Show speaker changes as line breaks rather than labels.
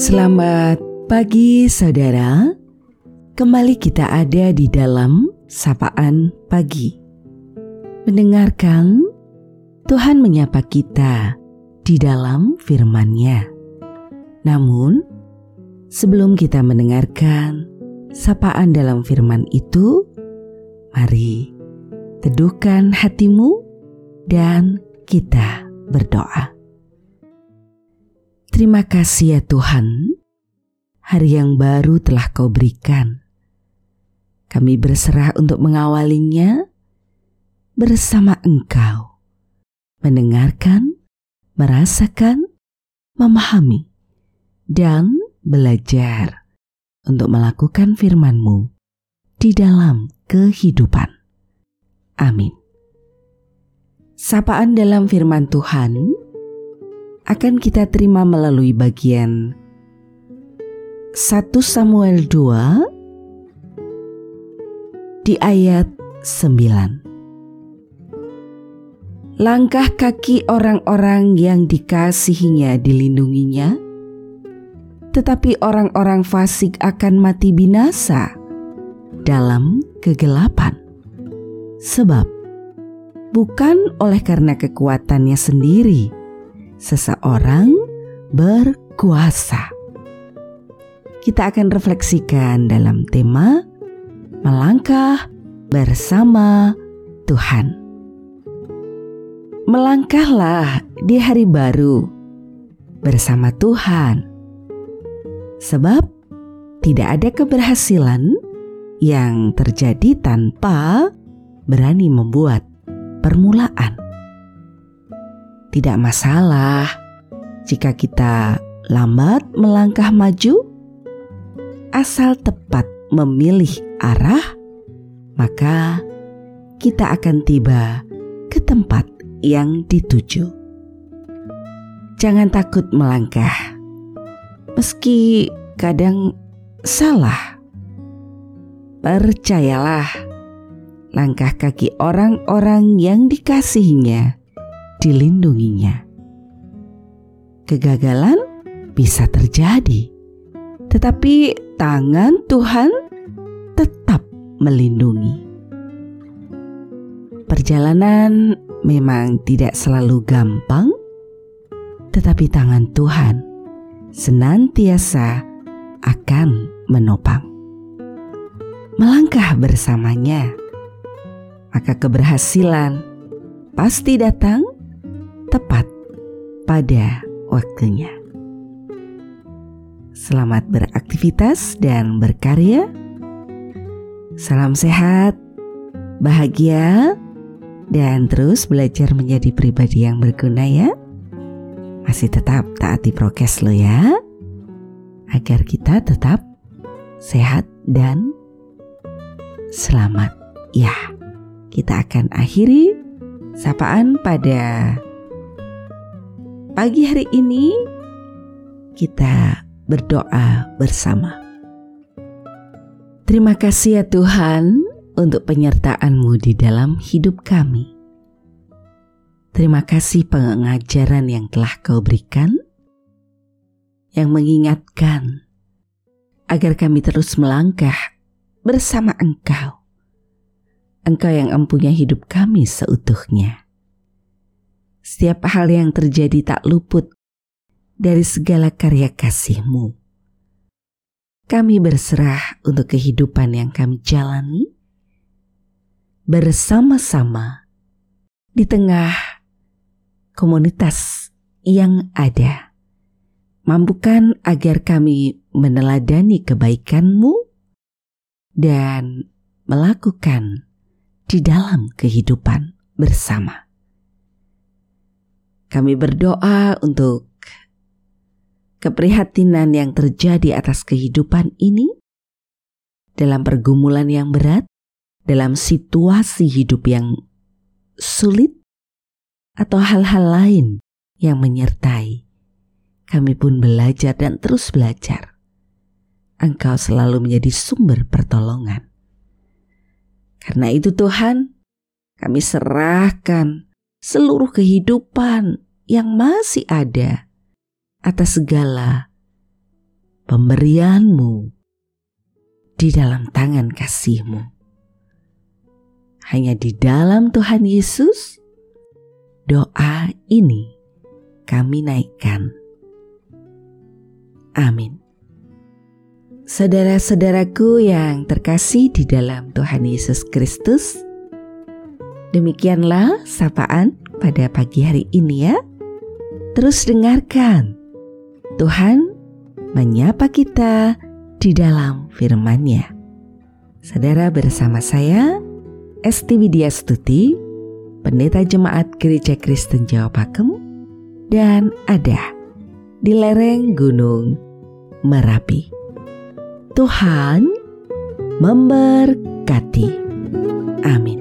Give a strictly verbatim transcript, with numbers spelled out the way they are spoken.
Selamat pagi saudara, kembali kita ada di dalam Sapaan Pagi. Mendengarkan Tuhan menyapa kita di dalam firman-Nya. Namun, sebelum kita mendengarkan sapaan dalam firman itu, mari teduhkan hatimu dan kita berdoa. Terima kasih ya Tuhan, hari yang baru telah Kau berikan. Kami berserah untuk mengawalinya bersama Engkau, mendengarkan, merasakan, memahami, dan belajar untuk melakukan firman-Mu di dalam kehidupan. Amin. Sapaan dalam firman Tuhan akan kita terima melalui bagian satu Samuel dua di ayat sembilan. Langkah kaki orang-orang yang dikasihinya dilindunginya, tetapi orang-orang fasik akan mati binasa dalam kegelapan. Sebab bukan oleh karena kekuatannya sendiri seseorang berkuasa. Kita akan refleksikan dalam tema melangkah bersama Tuhan. Melangkahlah di hari baru bersama Tuhan. Sebab tidak ada keberhasilan yang terjadi tanpa berani membuat permulaan. Tidak masalah jika kita lambat melangkah maju, asal tepat memilih arah, maka kita akan tiba ke tempat yang dituju. Jangan takut melangkah, meski kadang salah. Percayalah, langkah kaki orang-orang yang dikasihinya dilindunginya. Kegagalan bisa terjadi, tetapi tangan Tuhan tetap melindungi. Perjalanan memang tidak selalu gampang, tetapi tangan Tuhan senantiasa akan menopang. Melangkah bersamanya, maka keberhasilan pasti datang tepat pada waktunya. Selamat beraktivitas dan berkarya. Salam sehat, bahagia, dan terus belajar menjadi pribadi yang berguna ya. Masih tetap taati prokes lo ya, agar kita tetap sehat dan selamat ya. Kita akan akhiri sapaan pada pagi hari ini. Kita berdoa bersama. Terima kasih ya Tuhan untuk penyertaan-Mu di dalam hidup kami. Terima kasih pengajaran yang telah Kau berikan, yang mengingatkan agar kami terus melangkah bersama Engkau. Engkau yang empunya hidup kami seutuhnya. Setiap hal yang terjadi tak luput dari segala karya kasih-Mu. Kami berserah untuk kehidupan yang kami jalani bersama-sama di tengah komunitas yang ada. Mampukan agar kami meneladani kebaikan-Mu dan melakukan di dalam kehidupan bersama. Kami berdoa untuk keprihatinan yang terjadi atas kehidupan ini, dalam pergumulan yang berat, dalam situasi hidup yang sulit, atau hal-hal lain yang menyertai. Kami pun belajar dan terus belajar. Engkau selalu menjadi sumber pertolongan. Karena itu Tuhan, kami serahkan seluruh kehidupan yang masih ada atas segala pemberian-Mu di dalam tangan kasih-Mu. Hanya di dalam Tuhan Yesus, doa ini kami naikkan. Amin. Saudara-saudaraku yang terkasih di dalam Tuhan Yesus Kristus, demikianlah sapaan pada pagi hari ini ya. Terus dengarkan Tuhan menyapa kita di dalam firman-Nya. Saudara, bersama saya Esti Widya Stuti, Pendeta Jemaat Gereja Kristen Jawa Pakem, dan ada di lereng Gunung Merapi. Tuhan memberkati. Amin.